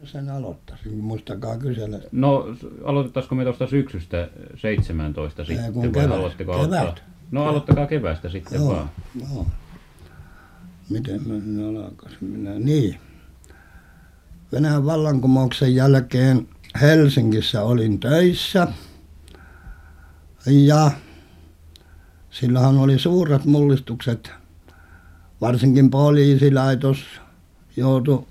sen aloittaisin? Muistakaa kysellä. No aloitettaisiko me tuosta syksystä 17 sitten vai haluatteko aloittaa? No aloittakaa keväästä sitten joo, vaan. Joo. Miten mä alkaisin? Niin. Venäjän vallankumouksen jälkeen Helsingissä olin töissä ja silloinhan oli suuret mullistukset, varsinkin poliisilaitos joutui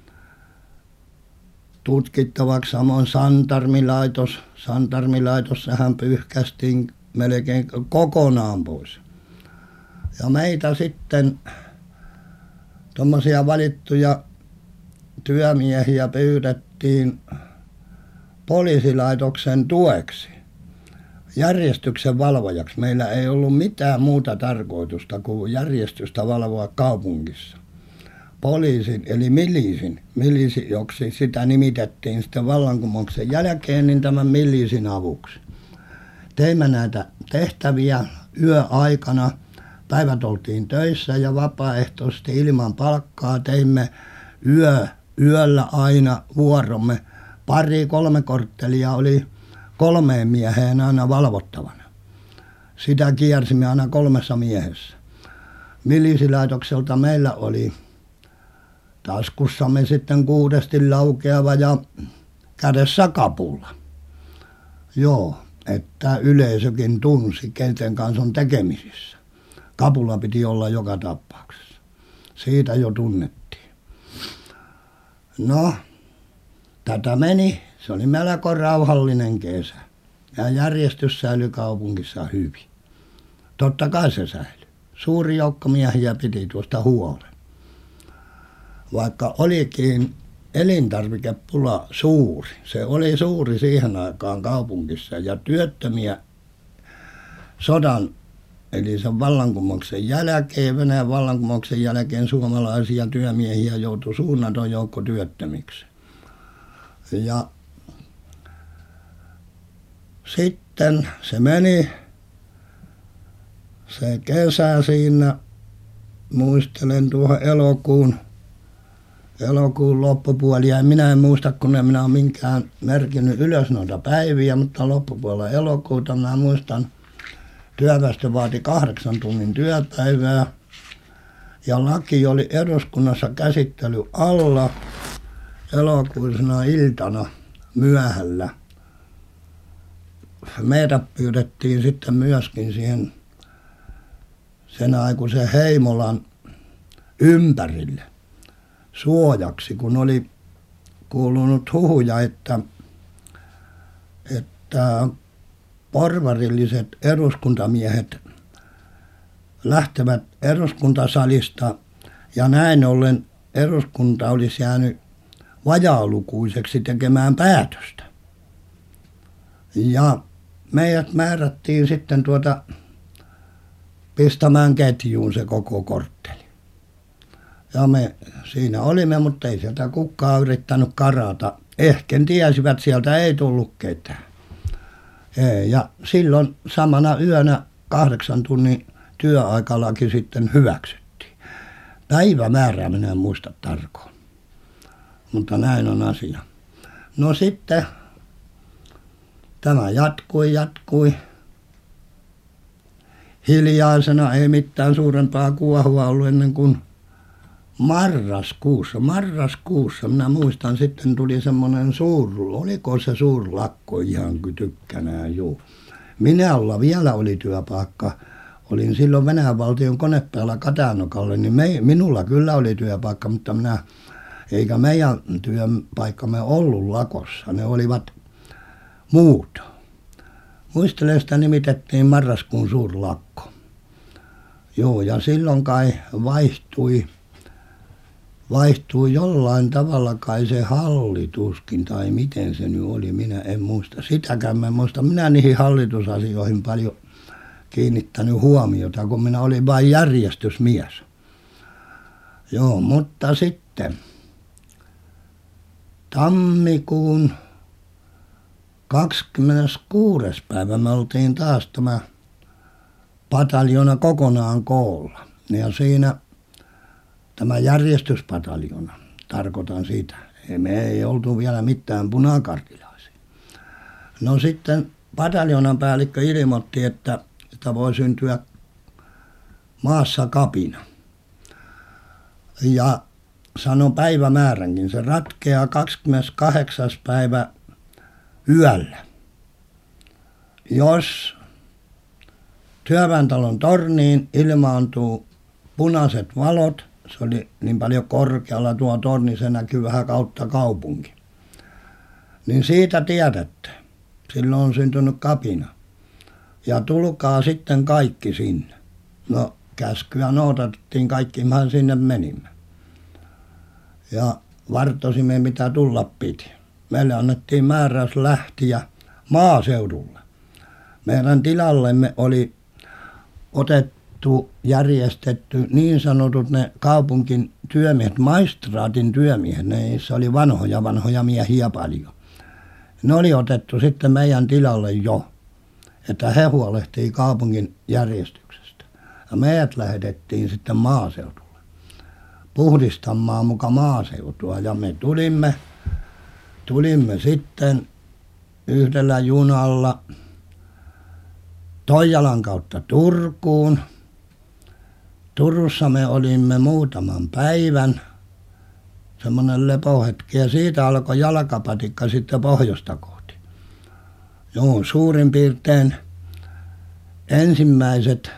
tutkittavaksi, samoin santarmilaitos. Santarmilaitos sehän pyyhkäistiin melkein kokonaan pois. Ja meitä sitten tuommoisia valittuja työmiehiä pyydettiin poliisilaitoksen tueksi, järjestyksen valvojaksi. Meillä ei ollut mitään muuta tarkoitusta kuin järjestystä valvoa kaupungissa. Poliisin eli miliisi, joksi sitä nimitettiin sitten vallankumouksen jälkeen, niin tämän miliisin avuksi. Teimme näitä tehtäviä yöaikana. Päivät oltiin töissä ja vapaaehtoisesti ilman palkkaa teimme yöllä aina vuoromme. 2-3 korttelia oli 3 mieheen aina valvottavana. Sitä kiersimme aina 3 miehessä. Miliisilaitokselta meillä oli taskussamme sitten 6 laukeava ja kädessä kapula. Joo, että yleisökin tunsi, kenen kanssa on tekemisissä. Kapula piti olla joka tapauksessa. Siitä jo tunnettiin. No, tätä meni. Se oli melko rauhallinen kesä. Ja järjestys säilyi kaupungissa hyvin. Totta kai se säilyi. Suuri joukko miehiä piti tuosta huolen. Vaikka olikin elintarvikepula suuri. Se oli suuri siihen aikaan kaupungissa. Ja työttömiä sodan, eli sen vallankumouksen jälkeen, Venäjän vallankumouksen jälkeen suomalaisia työmiehiä joutui suunnaton joukko työttömiksi. Ja sitten se meni, se kesä siinä, muistelen tuohon elokuun loppupuolia. Minä en muista, kun en minä ole minkään merkinnyt ylös noita päiviä, mutta loppupuolella elokuuta minä muistan, työväestö vaati 8 tunnin työpäivää ja laki oli eduskunnassa käsittely alla elokuisena iltana myöhällä. Meitä pyydettiin sitten myöskin siihen sen aikuisen Heimolan ympärille suojaksi, kun oli kuulunut huhuja, että porvarilliset eduskuntamiehet lähtevät eduskuntasalista ja näin ollen eduskunta olisi jäänyt vajaalukuiseksi tekemään päätöstä. Ja meidät määrättiin sitten pistämään ketjuun se koko kortteli. Ja me siinä olimme, mutta ei sieltä kukaan yrittänyt karata. Ehkä tiesivät, sieltä ei tullut ketään. Ei, ja silloin samana yönä 8 tunnin työaikalaki sitten hyväksyttiin. Päivämäärää minä en muista tarkoin, mutta näin on asia. No sitten tämä jatkui. Hiljaisena ei mitään suurempaa kuohua ollut ennen kuin marraskuussa, minä muistan, sitten tuli semmoinen oliko se suurlakko ihan tykkänään, juu. Vielä oli työpaikka, olin silloin Venäjän valtion konepäällä Katanokalla, niin minulla kyllä oli työpaikka, mutta eikä meidän työpaikkamme ollut lakossa, ne olivat muut. Muistelen, sitä nimitettiin marraskuun suurlakko. Joo, ja silloin kai vaihtui jollain tavalla kai se hallituskin, tai miten se nyt oli, minä en muista. Sitäkään mä en muista. Minä niihin hallitusasioihin paljon kiinnittänyt huomiota, kun minä olin vain järjestysmies. Joo, mutta sitten tammikuun 26. päivä me oltiin taas tämä pataljona kokonaan koolla. Ja siinä tämä järjestyspataljona, tarkoitan sitä, Me ei oltu vielä mitään punakartilaisia. No sitten pataljoonan päällikkö ilmoitti, että voi syntyä maassa kapina. Ja sanoi päivämääränkin. Se ratkeaa 28. päivä yöllä. Jos Työväentalon torniin ilmaantuu punaiset valot, se oli niin paljon korkealla tuo torni, se näkyy vähän kautta kaupunki. Niin siitä tiedätte, silloin on syntynyt kapina. Ja tulkaa sitten kaikki sinne. No käskyä noudatettiin, kaikki mehän sinne menimme. Ja vartosimme mitä tulla piti. Meille annettiin määräys lähtiä maaseudulle. Meidän tilallemme oli järjestetty niin sanotut ne kaupunkin työmiehet, maistraatin työmiehet, niissä oli vanhoja miehiä paljon. Ne oli otettu sitten meidän tilalle jo, että he huolehtii kaupungin järjestyksestä. Ja meidät lähetettiin sitten maaseudulle puhdistamaan muka maaseutua ja me tulimme sitten yhdellä junalla Toijalan kautta Turkuun. Turussa me olimme muutaman päivän, semmoinen lepohetki, ja siitä alkoi jalkapatikka sitten pohjoista kohti. Joo, suurin piirtein ensimmäiset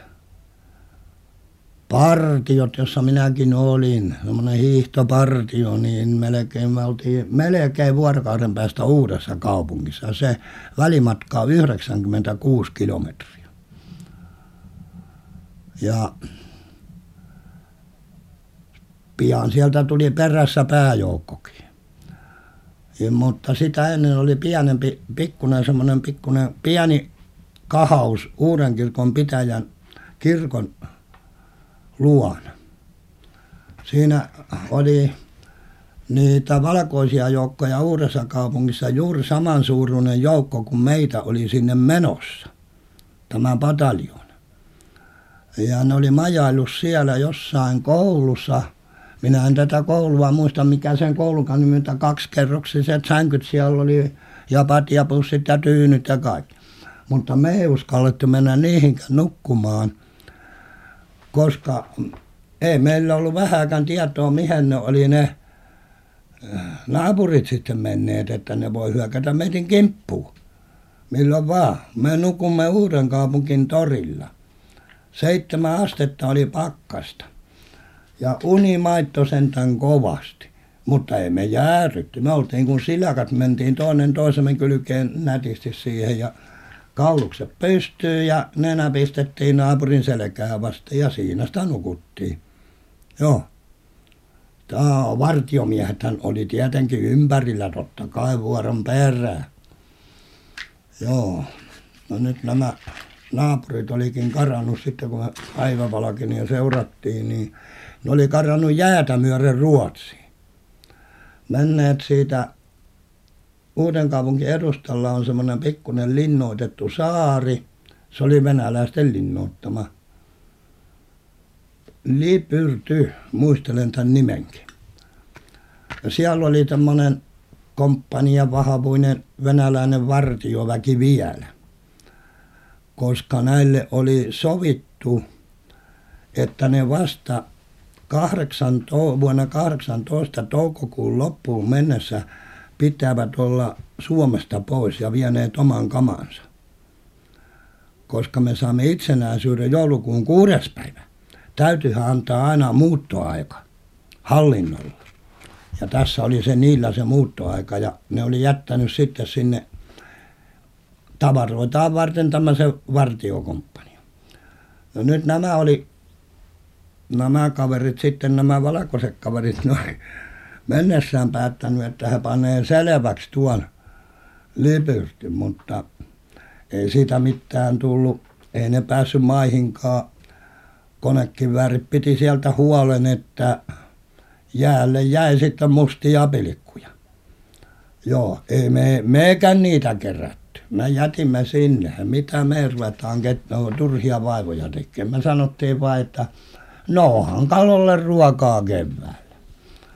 partiot, jossa minäkin olin, semmoinen hiihtopartio, niin me oltiin melkein vuorokauden päästä uudessa kaupungissa. Se välimatka on 96 kilometriä. Ja pian sieltä tuli perässä pääjoukkokin. Mutta sitä ennen oli semmoinen pieni kahaus Uudenkirkon pitäjän kirkon luona. Siinä oli niitä valkoisia joukkoja Uudessa kaupungissa juuri samansuuruinen joukko kuin meitä oli sinne menossa, tämä pataljoona. Ja ne oli majaillut siellä jossain koulussa. Minä en tätä koulua muista, mikä sen koulukan nimi, mutta 2-kerroksiset sänkyt siellä oli ja patjapussit ja tyynyt ja kaikki. Mutta me ei uskallettu mennä niihinkään nukkumaan, koska ei meillä ollut vähääkään tietoa, mihin ne oli ne naapurit sitten menneet, että ne voi hyökätä meidän kimppuun. Milloin vaan. Me nukumme Uudenkaupungin torilla. 7 astetta oli pakkasta. Ja uni maittoi sentään kovasti. Mutta ei me jäärytty. Me oltiin kun silakat, mentiin toinen toisemme kylkeen nätisti siihen ja kaulukset pystyyn ja nenä pistettiin naapurin selkää vasten ja siinä sitä nukuttiin. Joo. Vartiomiehethän oli tietenkin ympärillä totta kai vuoron perään. Joo. No nyt nämä naapurit olikin karannut sitten kun me päivä valkeni ja seurattiin, niin ne oli karannut jäätä myöden Ruotsiin. Menneet siitä Uudenkaupungin edustalla on semmoinen pikkuinen linnoitettu saari. Se oli venäläisten linnoittama. Lipyrty, muistelen tämän nimenkin. Ja siellä oli tämmöinen komppanian vahvuinen venäläinen vartioväki vielä. Koska näille oli sovittu, että ne vasta vuonna 18 toukokuun loppuun mennessä pitävät olla Suomesta pois ja vieneet oman kamansa. Koska me saamme itsenäisyyden joulukuun 6. päivä. Täytyyhän antaa aina muuttoaika hallinnolla. Ja tässä oli niillä se muuttoaika ja ne oli jättänyt sitten sinne tavaroitaan varten tämmöisen vartiokomppanian. No nyt nämä kaverit sitten, nämä valkoiset kaverit, noin mennessään päättänyt, että he panee selväksi tuon Lipyrtyn, mutta ei siitä mitään tullut, ei ne päässyt maihinkaan. Konekiväärit piti sieltä huolen, että jäälle jäi sitten mustia pilkkuja. Joo, ei mekään niitä kerätty. Me jätimme sinne. Mitä me ruvetaan turhia vaivoja tekemään. Me sanottiin vain, että noohan kalolle ruokaa keväällä.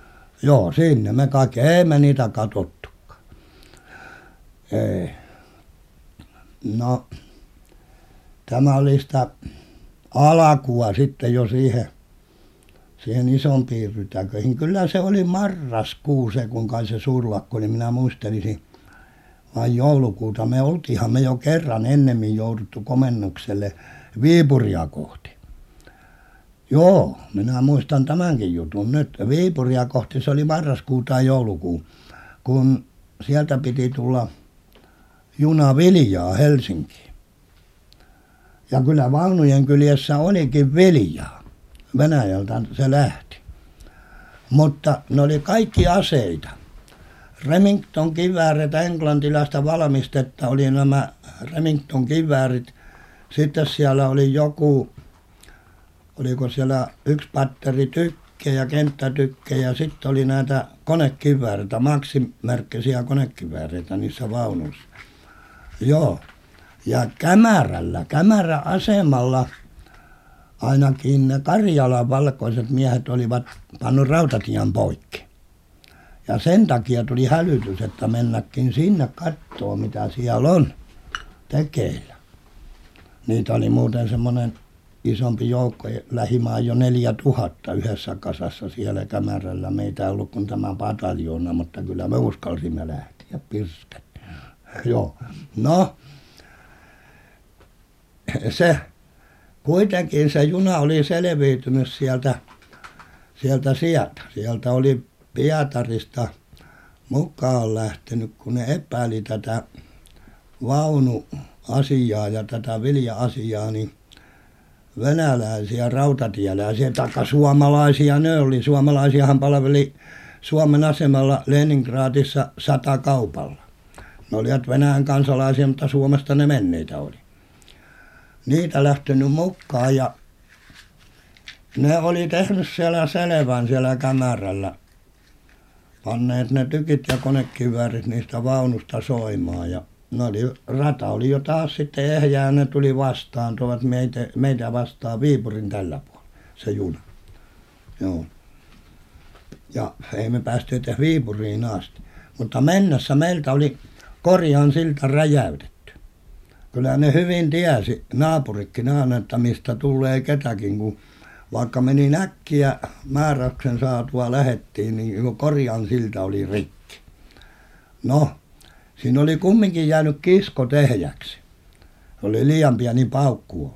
Joo, sinne me kaikki, ei me niitä katsottukaan. Ei. No, tämä oli sitä alkua sitten jo siihen isompiin rytäköihin. Kyllä se oli marraskuu se, kun kai se suurlakko, niin minä muistelisin, vai joulukuuta. Oltiinhan me jo kerran ennemmin jouduttu komennukselle Viipuria kohti. Joo, minä muistan tämänkin jutun nyt. Viipuria kohti, se oli marraskuu tai joulukuu, kun sieltä piti tulla juna viljaa Helsinkiin. Ja kyllä vaunujen kyljessä olikin viljaa. Venäjältä se lähti. Mutta ne oli kaikki aseita. Remington-kiväärit, englantilaista valmistetta oli nämä Remington-kiväärit. Sitten siellä oli joku, oliko siellä yksi patteri tykkejä, kenttätykkejä. Sitten oli näitä konekivääreitä, Maxim-merkkisiä konekivääreitä niissä vaunuissa. Joo. Ja kämäräasemalla ainakin ne Karjalan valkoiset miehet olivat pannut rautatien poikki. Ja sen takia tuli hälytys, että mennäkin sinne katsoa, mitä siellä on tekeillä. Niitä oli muuten semmoinen isompi joukko, lähimaan jo 4000 yhdessä kasassa siellä kämärällä. Meitä ei ollut kuin tämä pataljoona, mutta kyllä me uskalsimme lähteä pirskat. Joo, no kuitenkin se juna oli selviytynyt sieltä. Sieltä oli Pietarista mukaan lähtenyt, kun ne epäili tätä vaunuasiaa ja tätä vilja-asiaa, niin venäläisiä rautatieläisiä, taikka suomalaisia ne oli. Suomalaisiahan palveli Suomen asemalla Leningradissa 100 kaupalla. Ne olivat Venäjän kansalaisia, mutta Suomesta ne menneitä oli. Niitä lähtenyt mukaan ja ne oli tehnyt siellä selvän siellä kämärällä. Panneet ne tykit ja konekiväärit niistä vaunusta soimaan ja rata oli jo taas sitten ehjää, ne tuli vastaan, tuovat meitä vastaan Viipurin tällä puolella, se juna. Joo. Ja ei me päästy edes Viipuriin asti, mutta mennessä meiltä oli Korjan silta räjäytetty. Kyllä ne hyvin tiesi, naapurikin aina, että mistä tulee ketäkin, kun vaikka meni äkkiä määräyksen saatua lähettiin, niin Korjan silta oli rikki. No, siinä oli kumminkin jäänyt kisko tehjäksi. Se oli liian pieni paukku ollut.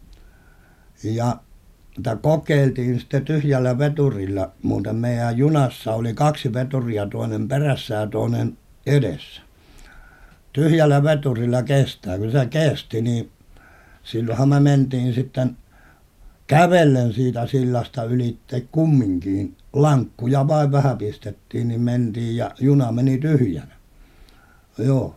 Ja tätä kokeiltiin sitten tyhjällä veturilla. Muuten meidän junassa oli 2 veturia, toinen perässä ja toinen edessä. Tyhjällä veturilla kestää. Kun se kesti, niin silloinhan me mentiin sitten kävellen siitä sillasta ylitte kumminkin. Lankkuja vain vähän pistettiin, niin mentiin ja juna meni tyhjänä. Joo.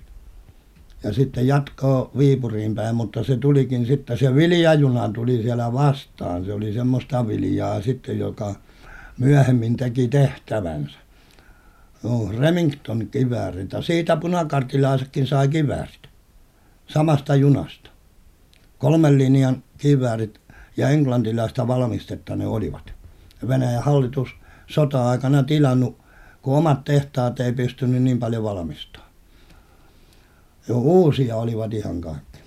Ja sitten jatkoa Viipuriin päin, mutta se tulikin sitten, se viljajuna tuli siellä vastaan. Se oli semmoista viljaa sitten, joka myöhemmin teki tehtävänsä. Joo, Remington-kiväärit. Ja siitä punakarttilaisetkin sai kiväärit. Samasta junasta. 3 linjan kiväärit ja englantilaista valmistetta ne olivat. Venäjän hallitus sota-aikana tilannut, kun omat tehtaat ei pystynyt niin paljon valmistamaan. Jo uusia olivat ihan kaikki.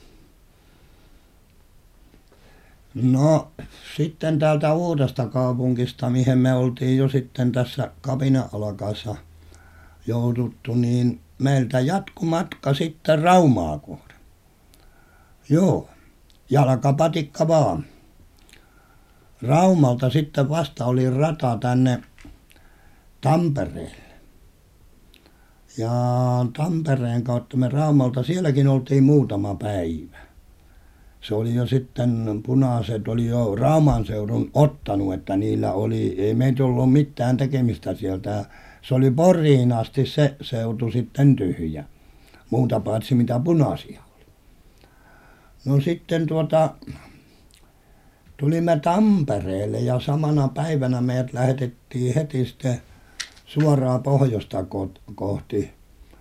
No sitten täältä Uudesta kaupungista, mihin me oltiin jo sitten tässä kapina-alkaessa jouduttu, niin meiltä jatkui matka sitten Raumaa kohden. Joo, jalkapatikka vaan. Raumalta sitten vasta oli rata tänne Tampereelle. Ja Tampereen kautta me Raumalta, sielläkin oltiin muutama päivä. Se oli jo sitten, punaiset oli jo Rauman seudun ottanut, että niillä ei meitä ollut mitään tekemistä sieltä. Se oli Poriin asti se seutu sitten tyhjä, muuta paitsi mitä punaisia oli. No sitten tulimme Tampereelle ja samana päivänä meidät lähetettiin heti sitten suoraan pohjoista kohti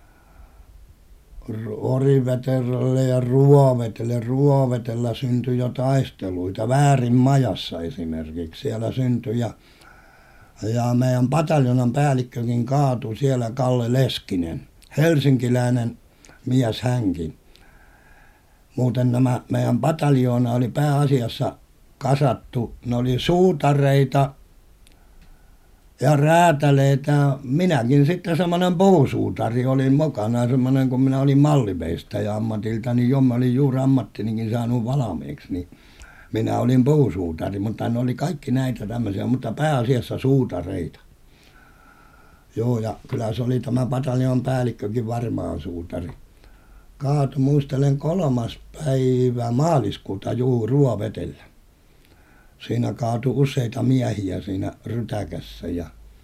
Oriveterille ja Ruovetelle. Ruovetellä syntyi jo taisteluita, Väärinmajassa esimerkiksi siellä syntyi ja Ja meidän pataljonan päällikkökin kaatui siellä, Kalle Leskinen, helsinkiläinen mies hänkin. Muuten nämä meidän pataljoona oli pääasiassa kasattu, ne oli suutareita ja räätäleitä. Minäkin sitten semmoinen puusuutari olin mukana, semmoinen kun minä olin malliveistäjä ammatilta, niin jo mä olin juuri ammattinikin saanut valmiiksi, niin minä olin puusuutari, mutta ne oli kaikki näitä tämmöisiä, mutta pääasiassa suutareita. Joo, ja kyllä se oli tämä pataljon päällikkökin varmaan suutari. Kaatui, muistelen 3. päivä maaliskuuta Ruovetellä. Siinä kaatui useita miehiä siinä rytäkässä ja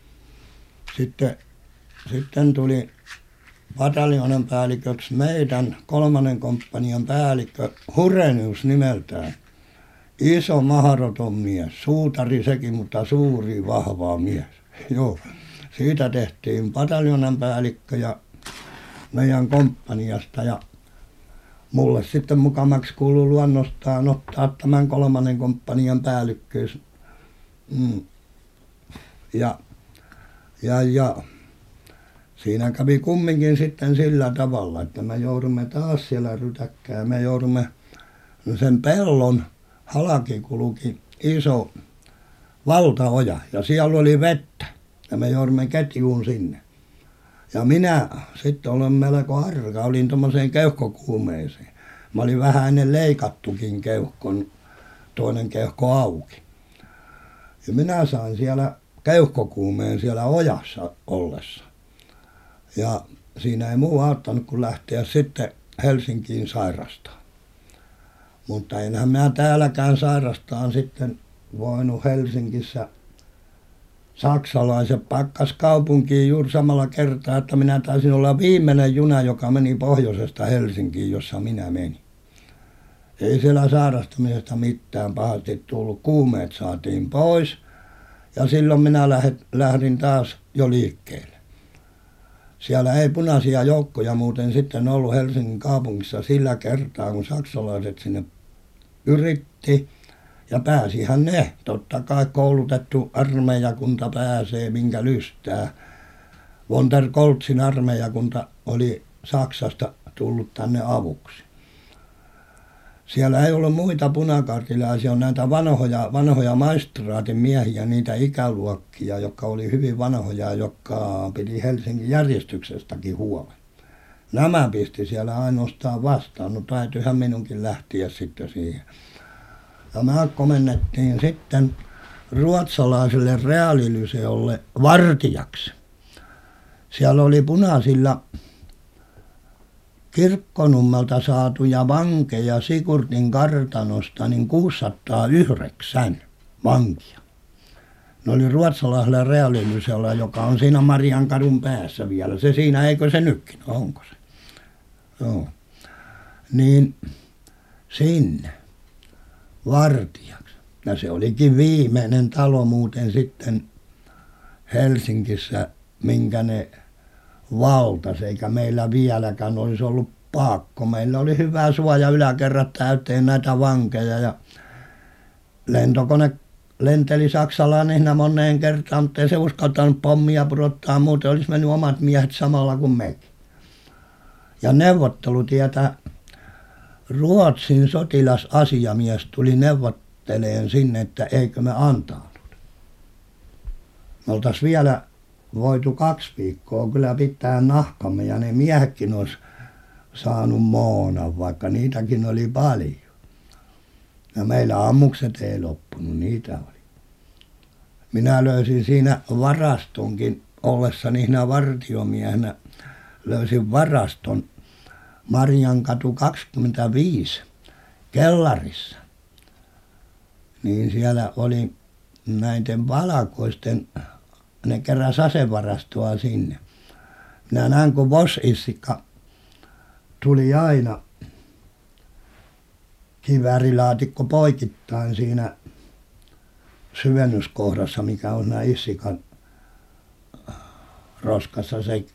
sitten tuli pataljonan päälliköksi meidän 3. komppanian päällikkö Hurenius nimeltään. Iso mahdoton mies, suutari sekin, mutta suuri vahva mies. Joo, siitä tehtiin pataljonan päällikkö ja meidän komppaniasta ja mulle sitten mukavaksi kuului luonnostaan ottaa tämän 3. komppanian päällikkyys. Ja siinä kävi kumminkin sitten sillä tavalla, että me joudumme taas siellä rytäkkään. Me joudumme sen pellon halki kulki iso valtaoja ja siellä oli vettä ja me joudumme ketjuun sinne. Ja minä sitten olen melko arka, olin tuommoiseen keuhkokuumeeseen. Mä olin vähän ennen leikattukin keuhkon, toinen keuhko auki. Ja minä sain siellä keuhkokuumeen siellä ojassa ollessa. Ja siinä ei muu auttanut kuin lähteä sitten Helsinkiin sairastaan. Mutta enhän minä täälläkään sairastaan sitten voinut Helsingissä. Saksalaiset pakkas kaupunkiin juuri samalla kertaa, että minä taisin olla viimeinen juna, joka meni pohjoisesta Helsinkiin, jossa minä menin. Ei siellä sairastumisesta mitään pahasti tullut. Kuumeet saatiin pois ja silloin minä lähdin taas jo liikkeelle. Siellä ei punaisia joukkoja muuten sitten ollut Helsingin kaupungissa sillä kertaa, kun saksalaiset sinne yritti. Ja pääsihän ne, totta kai koulutettu armeijakunta pääsee minkä lystää. Von der Goltzin armeijakunta oli Saksasta tullut tänne avuksi. Siellä ei ollut muita punakartilaisia, on näitä vanhoja maistraatin miehiä, niitä ikäluokkia, jotka oli hyvin vanhoja, jotka piti Helsingin järjestyksestäkin huolen. Nämä pisti siellä ainoastaan vastaan, no täytyyhän minunkin lähteä sitten siihen. Ja me komennettiin sitten ruotsalaiselle reaalilyseolle vartijaksi. Siellä oli punaisilla Kirkkonummelta saatuja vankeja Sigurtin kartanosta niin 609 vankia. Ne oli ruotsalaisella reaalilyseolla, joka on siinä Mariankadun päässä vielä. Se siinä, eikö se nytkin, onko se? Joo. Niin sinne vartijaksi. Ja se olikin viimeinen talo muuten sitten Helsingissä, minkä ne valtasi, eikä meillä vieläkään olisi ollut pakko. Meillä oli hyvä suoja yläkerrat täyteen näitä vankeja ja lentokone lenteli saksalainen moneen kertaan, mutta ei se uskaltanut pommia pudottaa, muuten olisi mennyt omat miehet samalla kuin mekin. Ja neuvottelutietä Ruotsin sotilasasiamies tuli neuvotteleen sinne, että eikö me antaudut. Me oltaisiin vielä voitu 2 viikkoa kyllä pitää nahkamme ja ne miehetkin olisi saanut moonan, vaikka niitäkin oli paljon. Ja meillä ammukset ei loppunut, niitä oli. Minä löysin siinä varastonkin ollessani siinä vartiomiehenä, löysin varaston Mariankatu 25 kellarissa. Niin siellä oli näiden valkoisten, ne keräsi asevarastoa sinne. Minä näin, kun Vos-Issikka tuli aina kiväärilaatikko poikittain siinä syvennyskohdassa, mikä on siinä Issikan roskassa se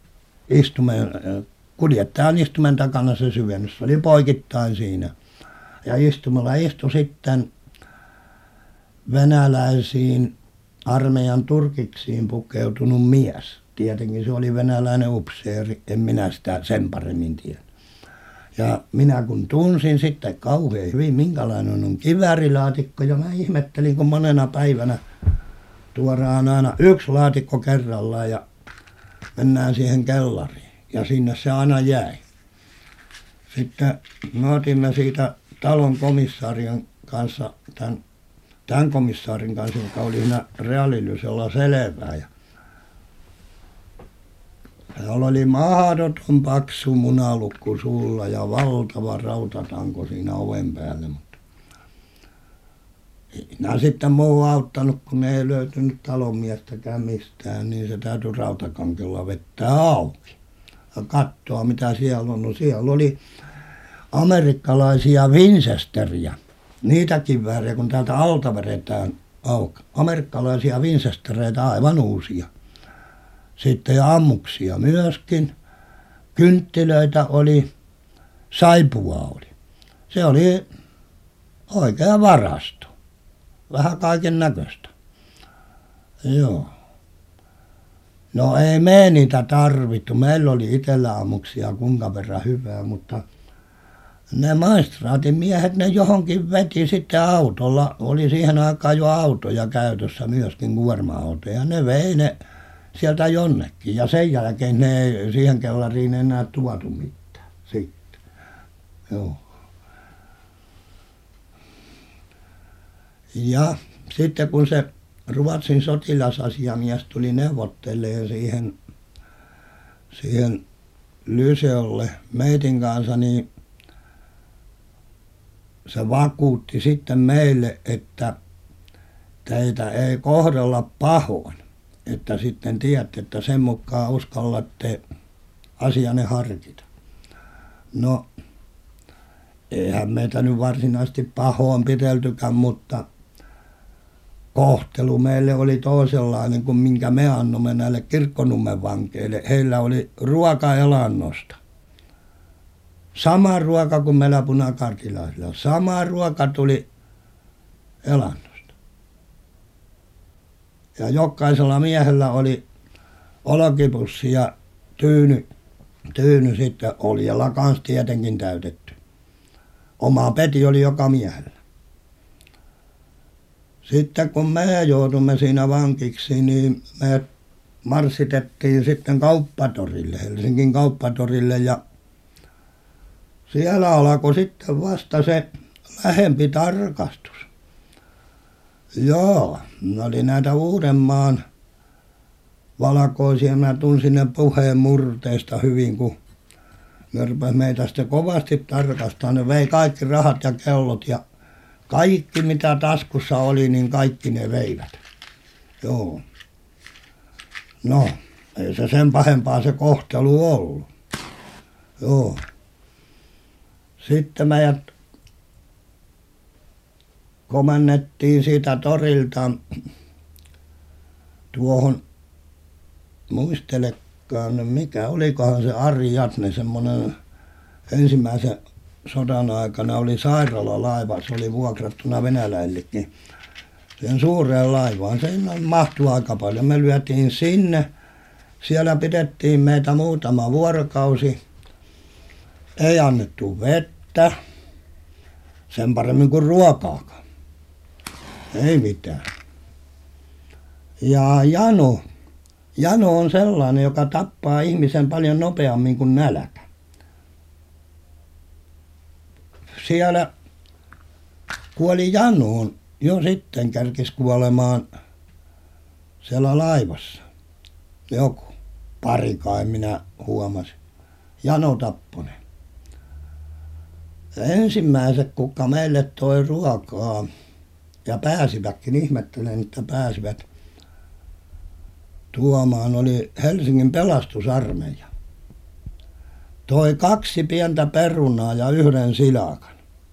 kuljettajan istumen takana se syvennys, se oli poikittain siinä. Ja istumalla istui sitten venäläisiin armeijan turkiksiin pukeutunut mies. Tietenkin se oli venäläinen upseeri, en minä sitä sen paremmin tiedä. Ja minä kun tunsin sitten kauhean hyvin, minkälainen on kiväärilaatikko, ja mä ihmettelin, kun monena päivänä tuodaan aina yksi laatikko kerrallaan ja mennään siihen kellariin. Ja sinne se aina jäi. Sitten me otimme siitä talon komissaarin kanssa, tämän komissaarin kanssa, joka oli siinä reaalillisella selvää. Ja täällä oli mahdoton paksu munalukku suulla ja valtava rautatanko siinä oven päälle. Mutta ei nämä sitten muu auttanut, kun ne ei löytynyt talonmiestäkään mistään, niin se täytyi rautakankella vettää auki. Ja katsoa, mitä siellä on. No siellä oli amerikkalaisia Winchesteria. Niitäkin väriä, kun täältä alta vedetään auki. Amerikkalaisia Winchestereitä aivan uusia. Sitten ja ammuksia myöskin. Kynttilöitä oli, saipua oli. Se oli oikea varasto. Vähän kaiken näköistä. Joo. No ei me niitä tarvittu. Meillä oli itsellä ammuksia kuinka verran hyvää, mutta ne maistraatin miehet ne johonkin veti sitten autolla. Oli siihen aikaan jo autoja käytössä myöskin, kuorma-autoja. Ne vei ne sieltä jonnekin ja sen jälkeen ne ei siihen kellariin enää tuotu mitään sitten. Joo. Ja sitten kun se Ruotsin sotilasasiamies tuli neuvottelemaan siihen Lyseolle meidän kanssa, niin se vakuutti sitten meille, että teitä ei kohdella pahoin. Että sitten tiedätte, että sen mukaan uskallatte asianne harkita. No, eihän meitä nyt varsinaisesti pahoin pideltykään, mutta kohtelu meille oli toisenlainen kuin minkä me annoimme näille Kirkkonummen vankeille. Heillä oli ruoka elannosta. Sama ruoka kuin meillä punakartilaisilla. Sama ruoka tuli elannosta. Ja jokaisella miehellä oli olkipussi ja tyyny sitten oljella kanssa tietenkin täytetty. Oma peti oli joka miehellä. Sitten kun me joudumme siinä vankiksi, niin me marssitettiin sitten kauppatorille, Helsingin kauppatorille, ja siellä alkoi sitten vasta se lähempi tarkastus. Joo, ne oli näitä Uudenmaan valkoisia, mä tunsin ne puheen murteista hyvin, kun ne rupesi meitä sitten kovasti tarkastamaan. Ne vei kaikki rahat ja kellot ja kaikki mitä taskussa oli, niin kaikki ne veivät. Joo. No, ei se sen pahempaa se kohtelu ollut. Joo. Sitten meidät komennettiin siitä torilta tuohon, muistelekaan, mikä olikohan se Ari Jatne, semmoinen ensimmäisen sodan aikana oli sairaalalaiva, se oli vuokrattuna venäläillekin. Sen suureen laivaan, se mahtui aika paljon. Me lyötiin sinne, siellä pidettiin meitä muutama vuorokausi, ei annettu vettä, sen paremmin kuin ruokaakaan. Ei mitään. Ja jano on sellainen, joka tappaa ihmisen paljon nopeammin kuin nälkä. Siellä kuoli janoon, jo sitten kerkisi kuolemaan siellä laivassa. Joku, pari kai minä huomasin. Jano tappoi. Ensimmäiset, kuka meille toi ruokaa ja pääsivätkin, ihmettelen, että pääsivät tuomaan, oli Helsingin pelastusarmeija. Toi 2 pientä perunaa ja 1 silakan.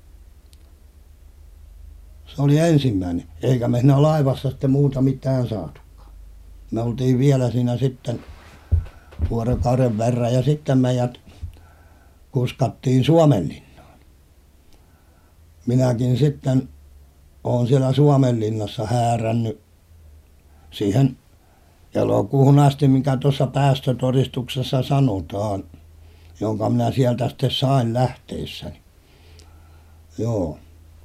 Se oli ensimmäinen, eikä me siinä laivassa sitten muuta mitään saatukaan. Me oltiin vielä siinä sitten vuorokauden verran ja sitten meidät kuskattiin Suomenlinnaan. Minäkin sitten olen siellä Suomenlinnassa häärännyt siihen elokuuhun asti, mikä tuossa päästötodistuksessa sanotaan, jonka minä sieltä sitten sain lähteessäni. Joo.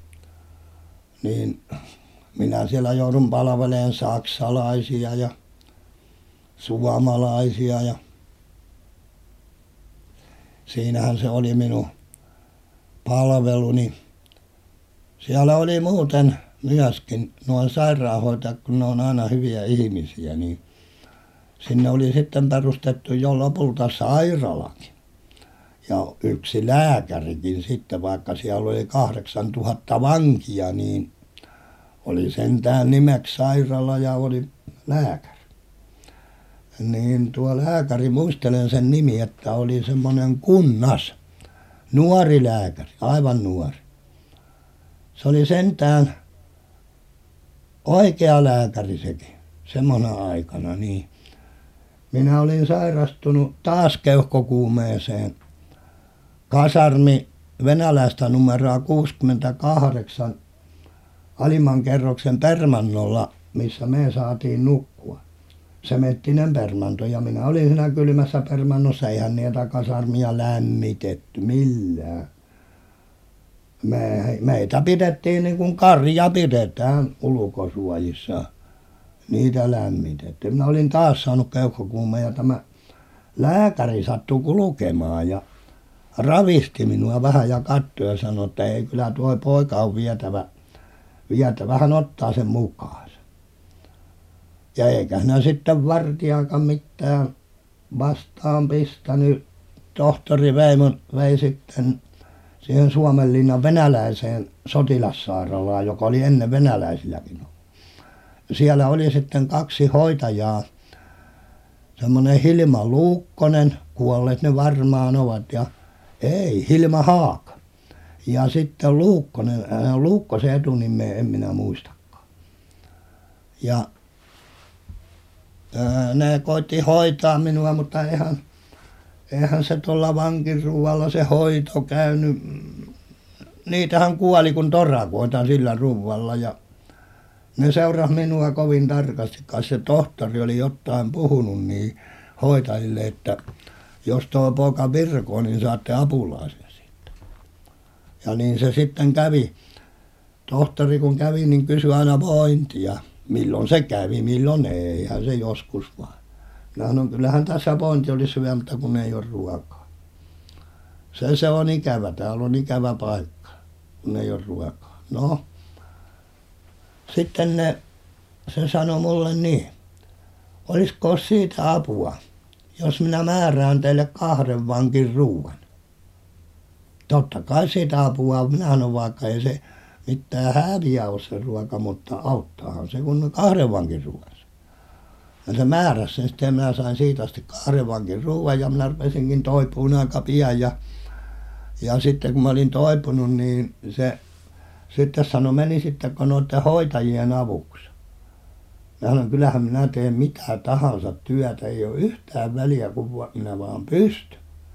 Niin minä siellä joudun palvelemaan saksalaisia ja suomalaisia ja siinähän se oli minun palveluni. Siellä oli muuten myöskin nuo sairaanhoitajat, kun ne on aina hyviä ihmisiä, niin sinne oli sitten perustettu jo lopulta sairaalakin. Ja yksi lääkärikin sitten, vaikka siellä oli 8000 vankia, niin oli sentään nimeksi sairaala ja oli lääkäri. Niin tuo lääkäri, muistelen sen nimi, että oli semmoinen Kunnas, nuori lääkäri, aivan nuori. Se oli sentään oikea lääkäri sekin, semmoinen aikana, niin. Minä olin sairastunut taas keuhkokuumeeseen. Kasarmi venäläistä numeroa 68 alimman kerroksen permannolla, missä me saatiin nukkua. Sementtinen permanto ja minä olin siinä kylmässä permannossa, eihän niitä kasarmia lämmitetty millään. Meitä pidettiin niin kuin karja pidetään ulkosuojissa. Niitä lämmitetty. Minä olin taas saanut keuhkokuumeen ja tämä lääkäri sattui kulkemaan ja ravisti minua vähän ja katsoi ja sanoi, että ei kyllä tuo poika on vietävä. Hän ottaa sen mukaansa. Ja eikä hän sitten vartijakaan mitään vastaan pistänyt. Tohtori vei sitten siihen Suomenlinnan venäläiseen sotilassairaalaan, joka oli ennen venäläisilläkin ollut. Siellä oli sitten 2 hoitajaa, semmoinen Hilma Luukkonen, kuolleet ne varmaan ovat, ja Hilma Haaka. Ja sitten Luukkonen, Luukkosen etunimeä en minä muistakaan. Ja ne koitti hoitaa minua, mutta eihän se tuolla vankiruualla se hoito käynyt. Niitähän kuoli kun torakoita sillä ruualla ja ne seurasi minua kovin tarkasti, kai se tohtori oli jotain puhunut niin hoitajille, että jos tuo poika virkoo, niin saatte apulaisen siitä. Ja niin se sitten kävi. Tohtori kun kävi, niin kysyi aina vointia. Milloin se kävi, milloin ei, eihän se joskus vaan. Minä sanoin, kyllähän tässä vointi olisi hyvä, mutta kun ei ole ruokaa. Se on ikävä, täällä on ikävä paikka, kun ei ole ruokaa. No. Sitten se sanoi mulle niin, olisiko siitä apua, jos minä määrään teille 2 vankin ruuan. Totta kai siitä apua, minä sanon vaikka ei se mitään häviä ole se ruoka, mutta auttaahan se, kun 2 vankin ruuan. Ja se määräsi sen sitten ja minä sain siitä asti 2 vankin ruuan ja minä rupesinkin toipumaan aika pian ja sitten kun mä olin toipunut, niin se sitten sanoi, menisitkö noiden hoitajien avuksi. Minä sanoin, kyllähän minä teen mitä tahansa työtä, ei ole yhtään väliä, kun minä vaan pystyn.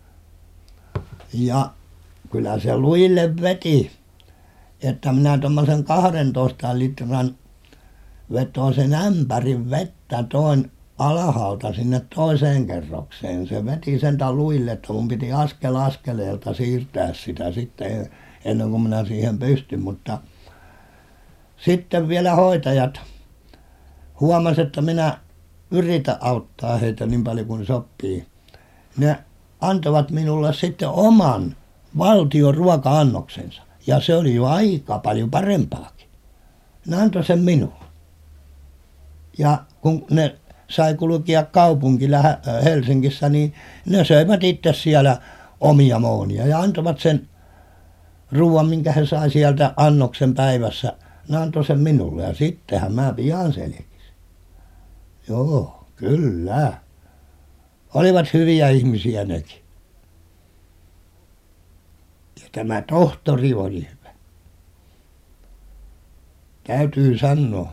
Ja kyllä se lujille veti, että minä tuommoisen 12 litran vetoisen ämpärin vettä toin alhaalta sinne toiseen kerrokseen. Se veti sentään lujille, että mun piti askel askeleelta siirtää sitä sitten ennen kuin minä siihen pystyn, mutta sitten vielä hoitajat huomasi, että minä yritän auttaa heitä niin paljon kuin sopii. Ne antoivat minulle sitten oman valtion ruoka-annoksensa ja se oli jo aika paljon parempaakin. Ne antoi sen minulle. Ja kun ne sai kulkea kaupunkilla Helsingissä, niin ne söivät itse siellä omia moonia ja antoivat sen ruoan, minkä he sai sieltä annoksen päivässä. Ne antoi sen minulle ja sittenhän mä pian selkisin. Joo, kyllä. Olivat hyviä ihmisiä nekin. Ja tämä tohtori oli hyvä. Täytyy sanoa.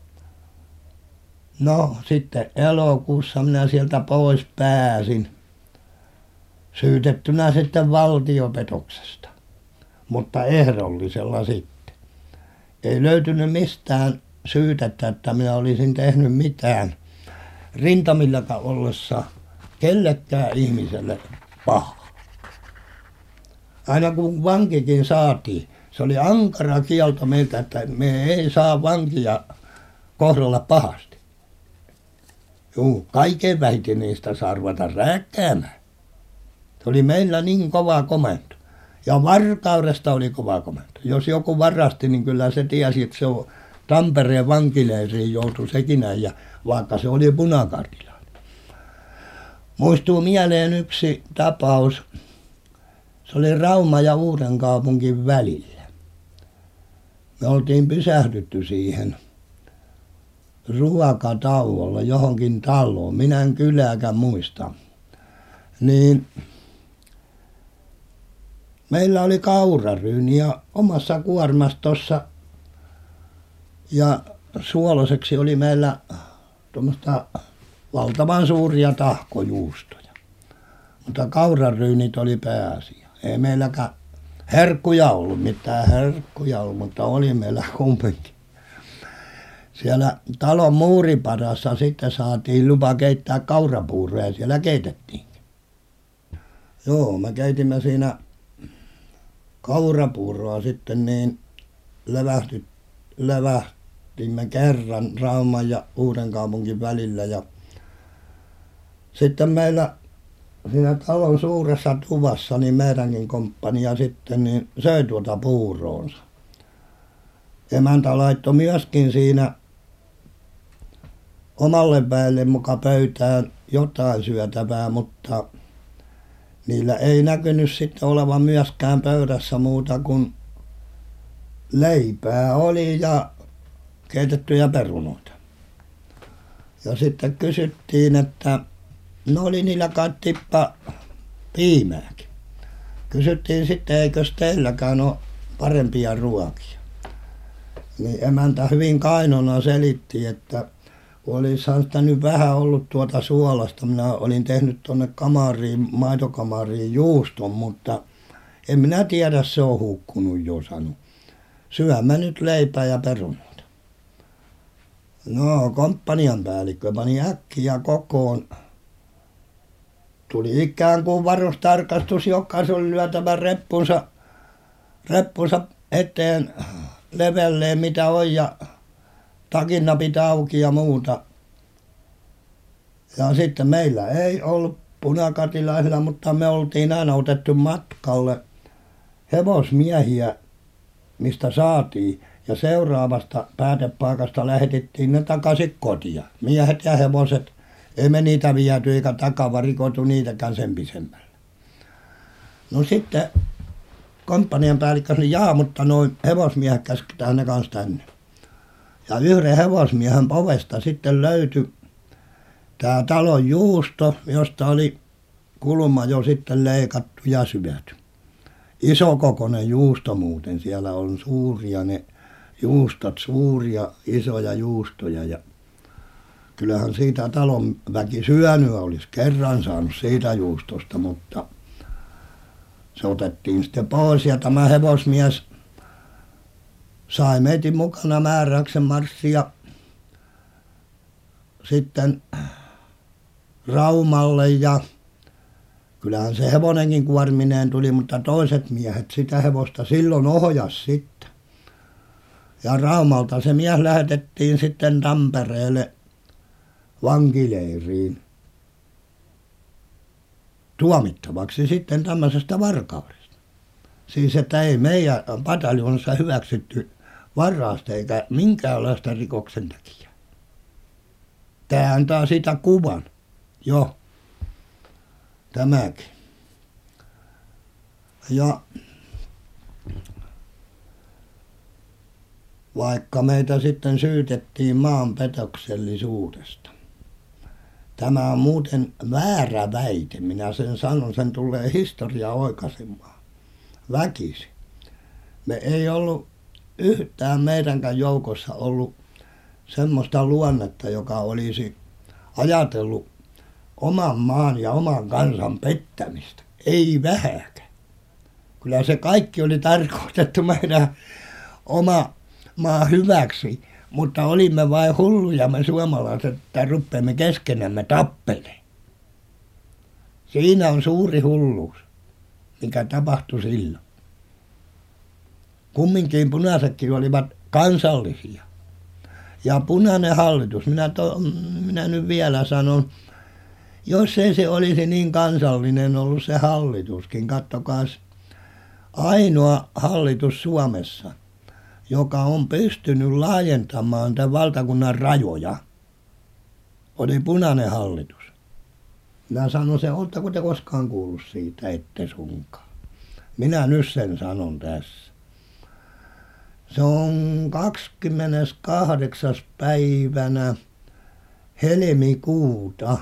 No sitten elokuussa minä sieltä pois pääsin. Syytettynä sitten valtiopetoksesta. Mutta ehdollisella sitten. Ei löytynyt mistään syytettä, että minä olisin tehnyt mitään rintamillakaan ollessa kellekään ihmiselle pahaa. Aina kun vankikin saatiin, se oli ankara kielto meiltä, että me ei saa vankia kohdella pahasti. Juu, kaiken vähiten niistä saa ruveta rääkkäämään. Se oli meillä niin kova komento. Ja varkaudesta oli kova komento. Jos joku varasti, niin kyllä se tiesi, että se on Tampereen vankileiriin joutui sekin näin, ja vaikka se oli punakardilainen. Muistuu mieleen yksi tapaus. Se oli Rauma ja Uudenkaupungin välillä. Me oltiin pysähdytty siihen ruokatauolla johonkin taloon. Minä en kylääkään muista. Niin meillä oli kauraryyniä omassa kuormassa tuossa. Ja suoloseksi oli meillä tuommoista valtavan suuria tahkojuustoja. Mutta kauraryynit oli pääasia. Ei meilläkään herkkuja ollut, mitään herkkuja ollut, mutta oli meillä kumminkin. Siellä talon muuripadassa sitten saatiin lupa keittää kaurapuuroa ja siellä keitettiinkin. Joo, me keitimme siinä kaurapuuroa sitten niin levähtimme kerran Rauman ja Uudenkaupungin välillä ja sitten meillä siinä talon suuressa tuvassa niin meidänkin komppania sitten niin söi tuota puuroonsa. Emäntä laittoi myöskin siinä omalle väelle muka pöytään jotain syötävää, mutta niillä ei näkynyt sitten olevan myöskään pöydässä muuta kuin leipää oli ja keitettyjä perunoita. Ja sitten kysyttiin, että no oli niillä kai tippa piimääkin. Kysyttiin sitten, eikös teilläkään ole parempia ruokia. Niin emäntä hyvin kainona selitti, että olisihan sitä nyt vähän ollut tuota suolasta. Minä olin tehnyt tuonne kamariin, maitokamariin juuston, mutta en minä tiedä, se on hukkunut jo, sanoi. Syömä nyt leipää ja perunoita. No, komppanian päällikkö pani äkkiä kokoon. Tuli ikään kuin varustarkastus, jokaisen oli lyötävä reppunsa eteen levelleen mitä on ja takinnapit auki ja muuta. Ja sitten meillä ei ollut punakatilaisilla, mutta me oltiin aina otettu matkalle hevosmiehiä, mistä saatiin. Ja seuraavasta päätepaikasta lähetettiin ne takaisin kotia. Miehet ja hevoset. Ei me niitä viety eikä takavarikoitu niitäkään sen pisemmällä. No sitten komppanian päällikkö sanoi, jaa, mutta noin hevosmiehet käsketään ne kanssa tänne. Ja yhden hevosmiehen ovesta sitten löytyi tämä talon juusto, josta oli kulma jo sitten leikattu ja syöty. Isokokoinen juusto muuten, siellä on suuria ne juustot, suuria isoja juustoja ja kyllähän siitä talon väki syönyt olisi kerran saanut siitä juustosta, mutta se otettiin sitten pois ja tämä hevosmies sai meidän mukana määräyksen marssia sitten Raumalle ja kyllähän se hevonenkin kuormineen tuli, mutta toiset miehet sitä hevosta silloin ohjas sitten. Ja Raumalta se mies lähetettiin sitten Tampereelle vankileiriin tuomittavaksi sitten tämmöisestä varkaudesta. Siis että ei meidän pataljonassa hyväksytty varasta eikä minkäänlaista rikoksentekijää. Tämä antaa sitä kuvan. Jo. Tämäkin. Ja vaikka meitä sitten syytettiin maanpetoksellisuudesta. Tämä on muuten väärä väite. Minä sen sanon, sen tulee historia oikaisemaan. Väkisin. Me ei ollut yhtään meidänkään joukossa ollut semmoista luonnetta, joka olisi ajatellut oman maan ja oman kansan pettämistä. Ei vähäkään. Kyllä se kaikki oli tarkoitettu meidän oma maa hyväksi, Mutta olimme vain hulluja me suomalaiset, että rupeamme keskenämme tappelemaan. Siinä on suuri hulluus, mikä tapahtui silloin. Kumminkin punaisetkin olivat kansallisia. Ja punainen hallitus, minä nyt vielä sanon, jos ei se olisi niin kansallinen ollut se hallituskin, katsokaas, ainoa hallitus Suomessa, joka on pystynyt laajentamaan tämän valtakunnan rajoja, oli punainen hallitus. Minä sanon se, oletteko te koskaan kuullut siitä, ette sunkaan. Minä nyt sen sanon tässä. Se on 28. päivänä helmikuuta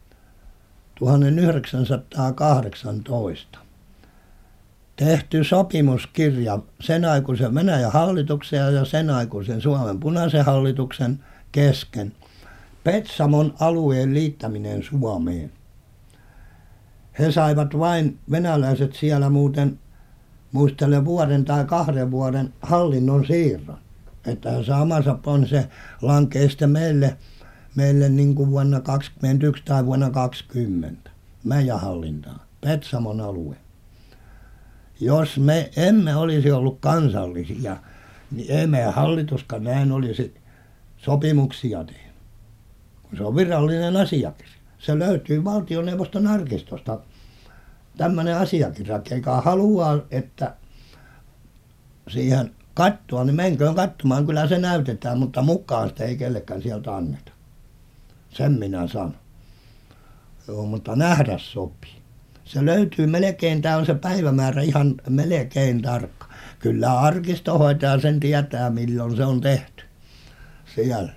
1918 tehty sopimuskirja sen aikuisen Venäjän hallituksen ja sen aikuisen Suomen punaisen hallituksen kesken. Petsamon alueen liittäminen Suomeen. He saivat vain venäläiset siellä muuten, muistelen vuoden tai 2 vuoden hallinnon siirron. Että he saamansa on se lankee sitten meille niin kuin vuonna 2021 tai vuonna 2020 meidän hallintaan. Petsamon alue. Jos me emme olisi ollut kansallisia, niin ei meidän hallituskaan näin olisi sopimuksia tehnyt. Se on virallinen asiakirja. Se löytyy valtioneuvoston arkistosta. Tämmöinen asiakirja, joka haluaa, että siihen katsoa, niin menköön katsomaan. Kyllä se näytetään, mutta mukaan sitä ei kellekään sieltä anneta. Sen minä sanon. Joo, mutta nähdä sopii. Se löytyy melkein, tämä on se päivämäärä ihan melkein tarkka. Kyllä arkistohoitaja sen tietää, milloin se on tehty siellä.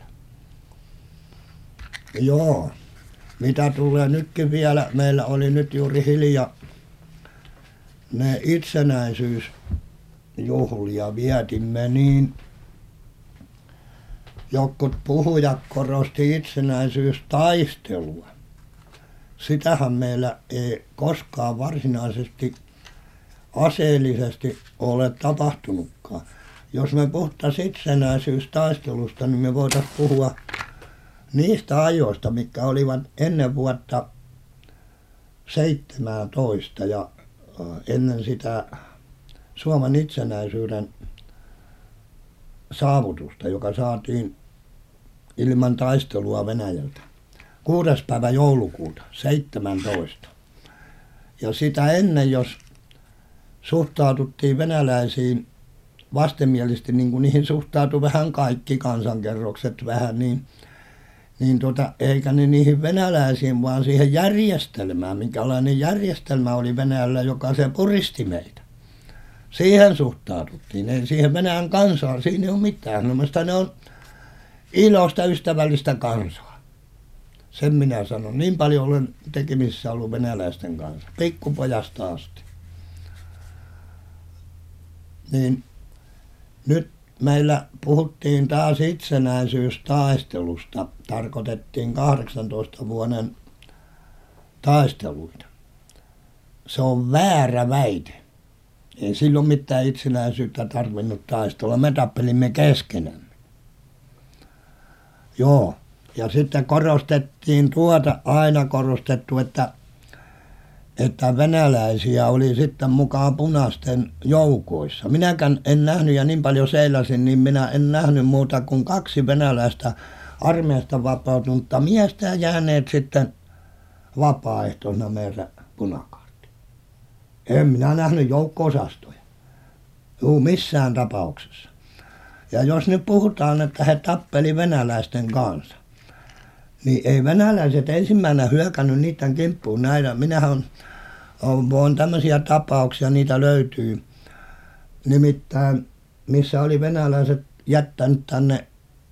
Joo, mitä tulee nytkin vielä, meillä oli nyt juuri hilja ne itsenäisyysjuhlia vietimme, niin jotkut puhujat korosti itsenäisyystaistelua. Sitähän meillä ei koskaan varsinaisesti aseellisesti ole tapahtunutkaan. Jos me puhuttaisiin itsenäisyystaistelusta, niin me voitaisiin puhua niistä ajoista, mitkä olivat ennen vuotta 17 ja ennen sitä Suomen itsenäisyyden saavutusta, joka saatiin ilman taistelua Venäjältä. 6. päivä joulukuuta 17. Ja sitä ennen, jos suhtaututtiin venäläisiin vastenmielisesti, niin kuin niihin suhtautui vähän kaikki kansankerrokset vähän, niin eikä ne niihin venäläisiin, vaan siihen järjestelmään, minkälainen järjestelmä oli Venäjällä, joka se puristi meitä. Siihen suhtaututtiin, ei siihen Venäjän kansaan, siinä ei ole mitään. No, ne on iloista, ystävällistä kansaa. Sen minä sanon. Niin paljon olen tekemisissä ollut venäläisten kanssa, pikkupojasta asti. Niin nyt meillä puhuttiin taas itsenäisyystaistelusta, tarkoitettiin 18 vuoden taisteluita. Se on väärä väite. Ei silloin mitään itsenäisyyttä tarvinnut taistella, me tappelimme keskenämme. Joo, ja sitten korostettiin aina korostettu, että venäläisiä oli sitten mukaan punaisten joukoissa. Minäkään en nähnyt, ja niin paljon seilasin, niin minä en nähnyt muuta kuin 2 venäläistä armeijasta vapautunutta miestä ja jääneet sitten vapaaehtoisena meidän punakaartiin. En minä nähnyt joukko-osastoja. Juu, missään tapauksessa. Ja jos nyt puhutaan, että he tappeli venäläisten kanssa, niin ei venäläiset ensimmäisenä hyökännyt niiden kimppuun näitä. Minähän on tämmöisiä tapauksia, niitä löytyy. Nimittäin, missä oli venäläiset jättänyt tänne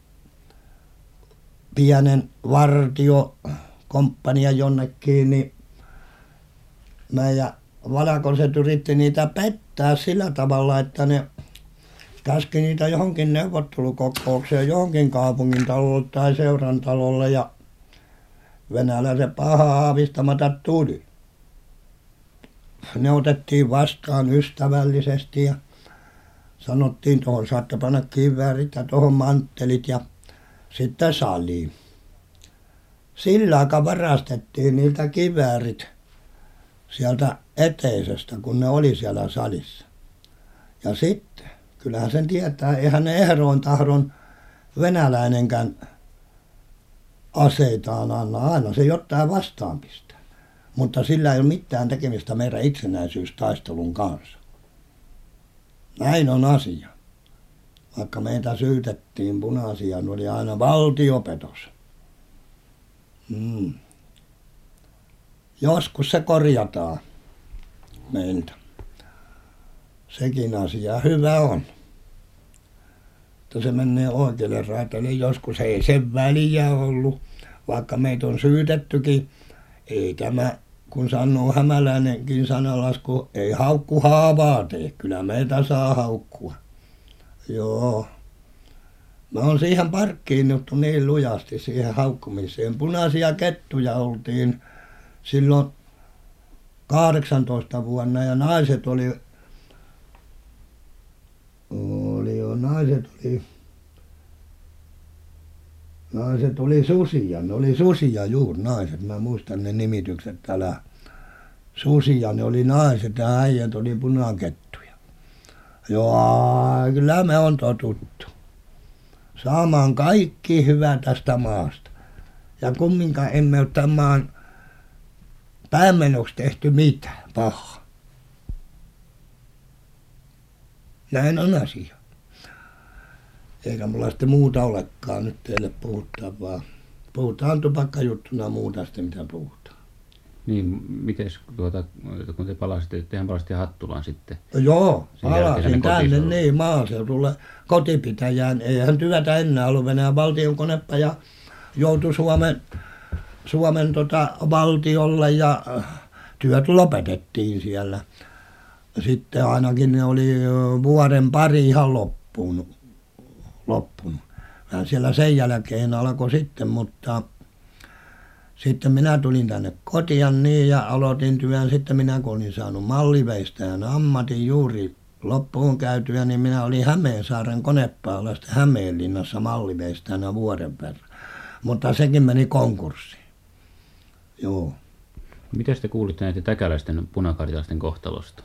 pienen vartiokomppania jonnekin, niin meidän valkoiset yritti niitä pettää sillä tavalla, että ne käski niitä johonkin neuvottelukokoukseen, johonkin kaupungin talolle tai seuran talolle, ja venäläiset pahaa aavistamatta tuli. Ne otettiin vastaan ystävällisesti ja sanottiin tuohon saatte panna kiväärit ja tuohon manttelit ja sitten saliin. Sillä aikaa varastettiin niiltä kiväärit sieltä eteisestä, kun ne oli siellä salissa. Ja sitten, kyllähän sen tietää, eihän ne ehdoin tahdon venäläinenkään aseitaan anna, aina se jotain vastaan pistää. Mutta sillä ei ole mitään tekemistä meidän itsenäisyystaistelun kanssa. Näin on asia. Vaikka meitä syytettiin punaisia, ne oli aina valtiopetos. Joskus se korjataan meiltä. Sekin asia hyvä on. Että se menee oikealle raiteelle. Joskus ei sen väliä ollut, vaikka meitä on syytettykin. Ei tämä, kun sanoo hämäläinenkin sanalasku, ei haukku haavaa tee. Kyllä meitä saa haukkua. Joo. Mä oon siihen parkkiinnuttu niin lujasti siihen haukkumiseen. Punaisia kettuja oltiin silloin 18 vuonna ja naiset oli susia. Ne oli susia juuri naiset. Mä muistan ne nimitykset täällä. Susia ne oli naiset ja äijät oli punakettuja. Joo, kyllä me on totuttu saamaan kaikki hyvä tästä maasta. Ja kumminkaan emme ole tämän maan päämenoksi tehty mitään pahaa. Näin on asia. Eikä mulla sitten muuta olekaan nyt teille puhuttaa, vaan puhutaan tupakkajuttuna muuta sitten, mitä puhutaan. Niin, mites kun te palasitte, tehän palasitte Hattulaan sitten? Joo, palasin tänne niin maaseudulle kotipitäjään. Eihän työtä enää ollut. Venäjän valtion konepaja joutui Suomen valtiolle ja työt lopetettiin siellä. Sitten ainakin ne oli vuoden pari ihan loppunut. Vähän siellä sen jälkeen alkoi sitten, mutta sitten minä tulin tänne kotiin niin ja aloitin työn. Sitten minä kun olin saanut malliveistäjän ammatin juuri loppuun käytyä, niin minä olin Hämeensaaren konepaalla sitten Hämeenlinnassa malliveistäjänä vuoden verran. Mutta sekin meni konkurssiin. Joo. Miten te kuulitte näiden täkäläisten punakarjalaisten kohtalosta?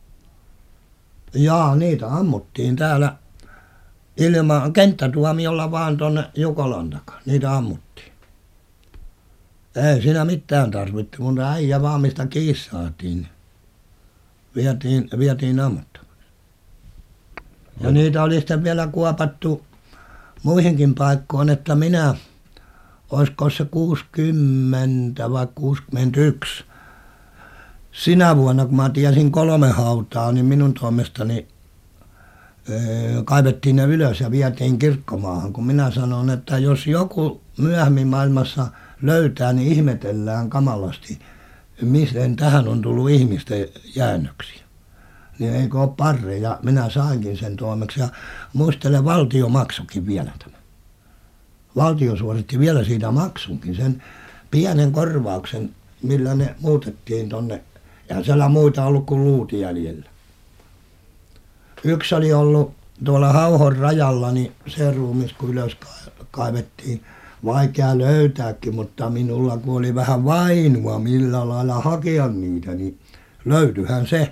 Jaa, niitä ammuttiin täällä ilman kenttätuomiolla vaan tuonne Jukolan takaa. Niitä ammuttiin. Ei siinä mitään tarvittu, mutta äijä vaan mistä kiinni saatiin. Vietiin ammuttavaksi. Ja niitä oli sitten vielä kuopattu muihinkin paikkoon, että minä, olisiko se 60 vai 61, sinä vuonna kun mä tiesin 3 hautaa, niin minun toimestani kaivettiin ne ylös ja vietiin kirkkomaahan, kun minä sanon, että jos joku myöhemmin maailmassa löytää, niin ihmetellään kamalasti, miten tähän on tullut ihmisten jäännöksiä. Niin eikö ole parreja, minä sainkin sen toimeksi ja muistelen valtio maksukin vielä tämän. Valtio suoritti vielä siitä maksunkin, sen pienen korvauksen, millä ne muutettiin tonne. Ja siellä muita ollut kuin luut jäljellä. Yksi oli ollut tuolla Hauhon rajalla, niin se ruumis kun ylös kaivettiin. Vaikea löytääkin, mutta minulla kun oli vähän vainua millä lailla hakea niitä, niin löytyihän se.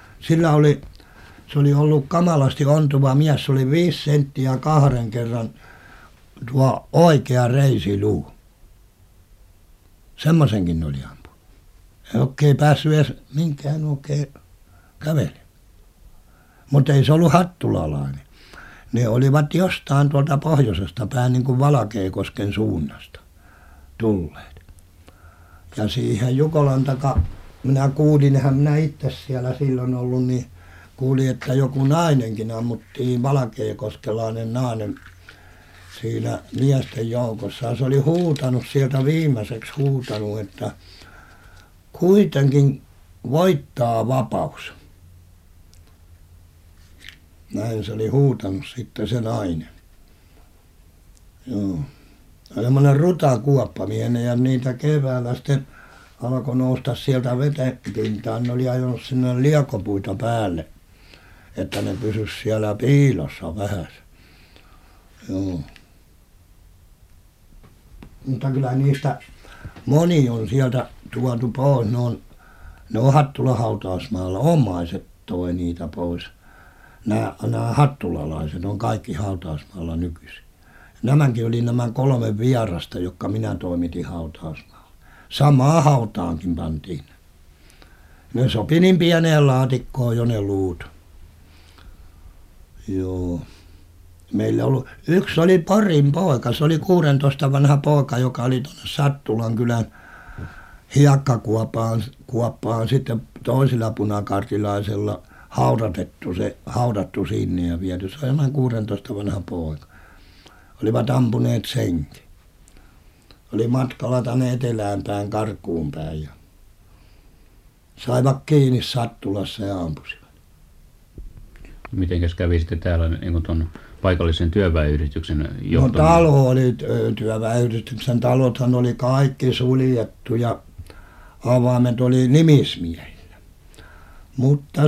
Se oli ollut kamalasti ontuva mies, se oli 5 senttiä 2 kerran tuo oikea reisiluu. Semmoisenkin ne oli ampunut. Ei oikein päässyt edes minkään oikein kävelemään. Mutta ei se ollut hattulalainen. Ne olivat jostain tuolta pohjoisesta päin niin kuin Valkeakosken suunnasta tulleet. Ja siihen Jukolan takaa, minä kuulin, eihän minä itse siellä silloin ollut, niin kuulin, että joku nainenkin ammuttiin, valkeakoskelainen nainen siinä miesten joukossa. Se oli huutanut sieltä viimeiseksi että kuitenkin voittaa vapaus. Näin se oli huutanut sitten se nainen. Joo. Semmoinen rutakuoppamiehen ja niitä keväällä sitten alkoi nousta sieltä veteen pintaan. Ne oli ajanut sinne liekopuita päälle. että ne pysyisi siellä piilossa vähän. Joo. Mutta kyllä niistä moni on sieltä tuotu pois. Ne on Hattulan hautausmaalla. Omaiset toi niitä pois. Nämä hattulalaiset on kaikki hautausmaalla nykyisin. Nämäkin oli nämä 3 vierasta, jotka minä toimitin hautausmaalla. Samaan hautaankin pantiin. Ne sopi niin pieneen laatikkoon jo ne luut. Joo. Meillä ollut, yksi oli Porin poika, se oli 16 vanha poika, joka oli tuonne Sattulan kylän hiekkakuoppaan sitten toisella punakartilaisella haudattu sinne ja viety. Se oli noin 16 vanha poika. Olivat ampuneet senkin. Oli matkalla tänne etelään päin, Karkuun päin ja saivat kiinni Sattulassa ja ampusivat. Mitenkäs kävi sitten täällä niin kuin tuon paikallisen työväenyhdistyksen johtaminen? No talo oli, työväenyhdistyksen talothan oli kaikki suljettu ja avaimet oli nimismiehillä. Mutta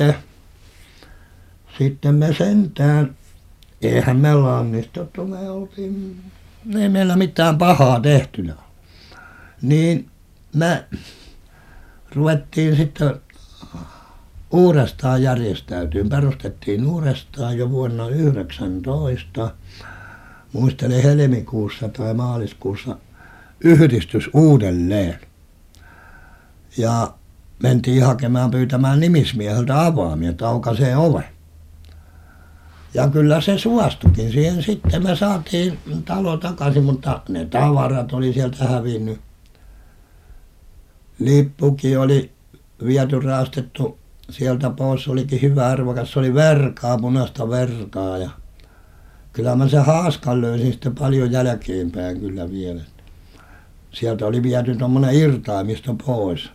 sitten me sentään, eihän me lannistuttu, me oltiin, ei meillä mitään pahaa tehtynä. Niin me ruvettiin sitten uudestaan järjestäytymään. Perustettiin uudestaan jo vuonna 1919, muistelen helmikuussa tai maaliskuussa, yhdistys uudelleen. Ja mentiin pyytämään nimismieheltä avaimia, että aukaisee oven. Ja kyllä se suostukin siihen sitten. Me saatiin talo takaisin, mutta ne tavarat oli sieltä hävinnyt. Lippukin oli viety raastettu sieltä pois, olikin hyvä arvokas. Se oli verkaa, punaista verkaa ja kyllä mä sen haaskan löysin sitten paljon jälkeenpäin kyllä vielä. Sieltä oli viety tuommoinen irtaimisto pois.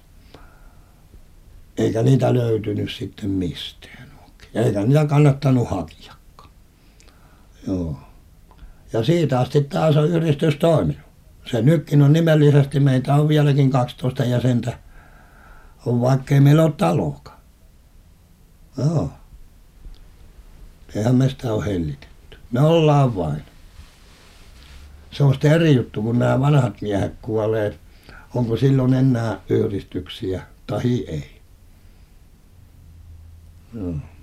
Eikä niitä löytynyt sitten mistään oikein. Eikä niitä kannattanut hakeakaan. Joo. Ja siitä asti taas on yhdistys toiminut. Se nytkin on nimellisesti, meitä on vieläkin 12 jäsentä, on vaikka ei meillä ole taloakaan. Joo. Eihän me sitä ole hellitetty. Me ollaan vain. Se on sitten eri juttu, kun nämä vanhat miehet kuolee. Onko silloin enää yhdistyksiä tai ei. Joo.